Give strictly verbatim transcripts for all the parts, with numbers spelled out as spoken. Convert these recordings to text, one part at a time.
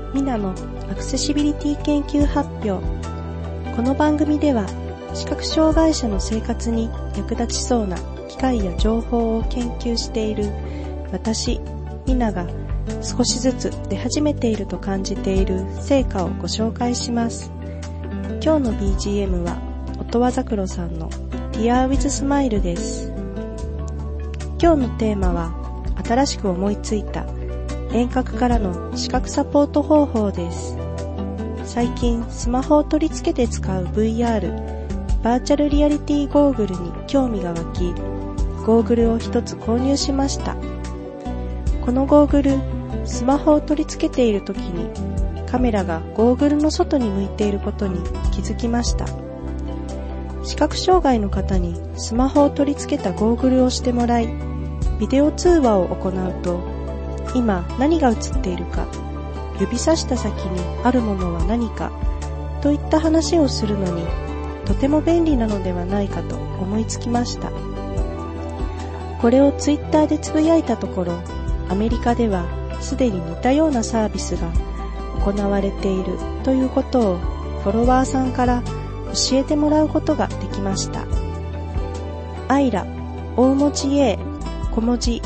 ミナのアクセシビリティ研究発表。この番組では視覚障害者の生活に役立ちそうな機械や情報を研究している私、ミナが少しずつ出始めていると感じている成果をご紹介します。今日の ビージーエム は音羽桜さんの Dear with Smile です。今日のテーマは新しく思いついた遠隔からの視覚サポート方法です。最近スマホを取り付けて使う ブイアール バーチャルリアリティゴーグルに興味が湧き、ゴーグルを一つ購入しました。このゴーグル、スマホを取り付けている時にカメラがゴーグルの外に向いていることに気づきました。視覚障害の方にスマホを取り付けたゴーグルをしてもらい、ビデオ通話を行うと、今何が映っているか、指さした先にあるものは何かといった話をするのにとても便利なのではないかと思いつきました。これをツイッターでつぶやいたところ、アメリカではすでに似たようなサービスが行われているということをフォロワーさんから教えてもらうことができました。アイラ、大文字 A、小文字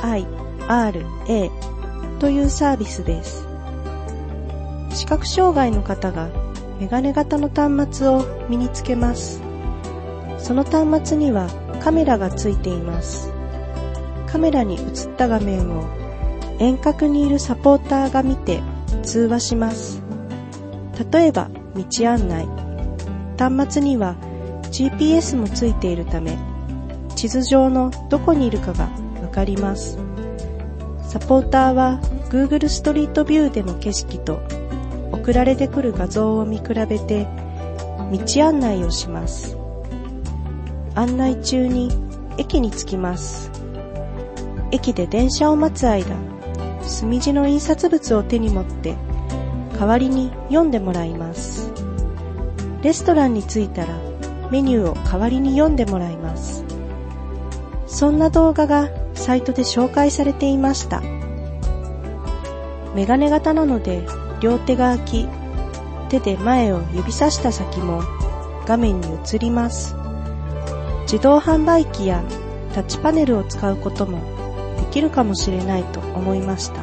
I、R、Aというサービスです。視覚障害の方がメガネ型の端末を身につけます。その端末にはカメラがついています。カメラに映った画面を遠隔にいるサポーターが見て通話します。例えば道案内。端末には ジーピーエス もついているため、地図上のどこにいるかがわかります。サポーターは Google ストリートビューでの景色と送られてくる画像を見比べて道案内をします。案内中に駅に着きます。駅で電車を待つ間、墨字の印刷物を手に持って代わりに読んでもらいます。レストランに着いたらメニューを代わりに読んでもらいます。そんな動画がサイトで紹介されていました。メガネ型なので両手が空き、手で前を指さした先も画面に映ります。自動販売機やタッチパネルを使うこともできるかもしれないと思いました。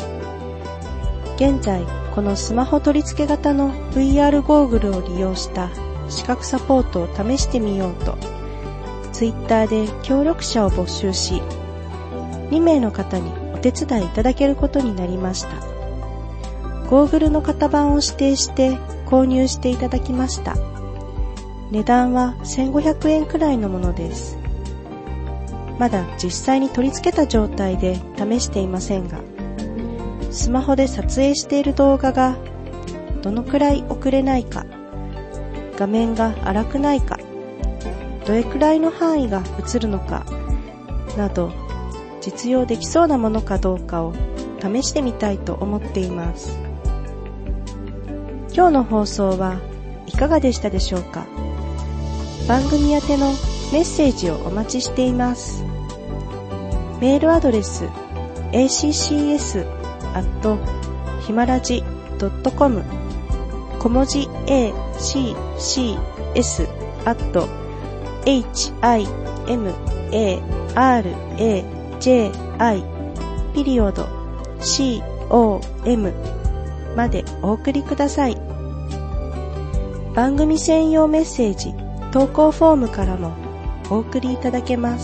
現在このスマホ取り付け型の ブイアール ゴーグルを利用した視覚サポートを試してみようとツイッターで協力者を募集し、にめいの方にお手伝いいただけることになりました。ゴーグルの型番を指定して購入していただきました。値段はせんごひゃくえんくらいのものです。まだ実際に取り付けた状態で試していませんが、スマホで撮影している動画がどのくらい遅れないか、画面が荒くないか、どれくらいの範囲が映るのかなど、実用できそうなものかどうかを試してみたいと思っています。今日の放送はいかがでしたでしょうか。番組宛てのメッセージをお待ちしています。メールアドレス エーシーシーエス アット ヒマラジ ドットコム 小文字 エーシーシーエス アット エイチアイエムエーアールエージェーアイ ピリオド シーオーエム までお送りください。番組専用メッセージ投稿フォームからもお送りいただけます。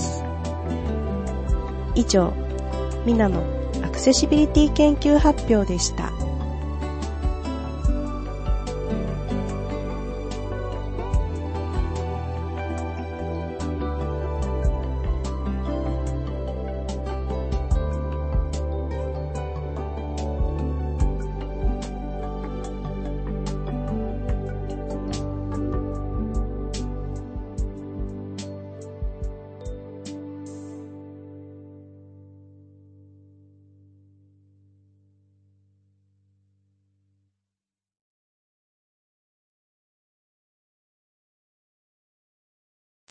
以上、ミナのアクセシビリティ研究発表でした。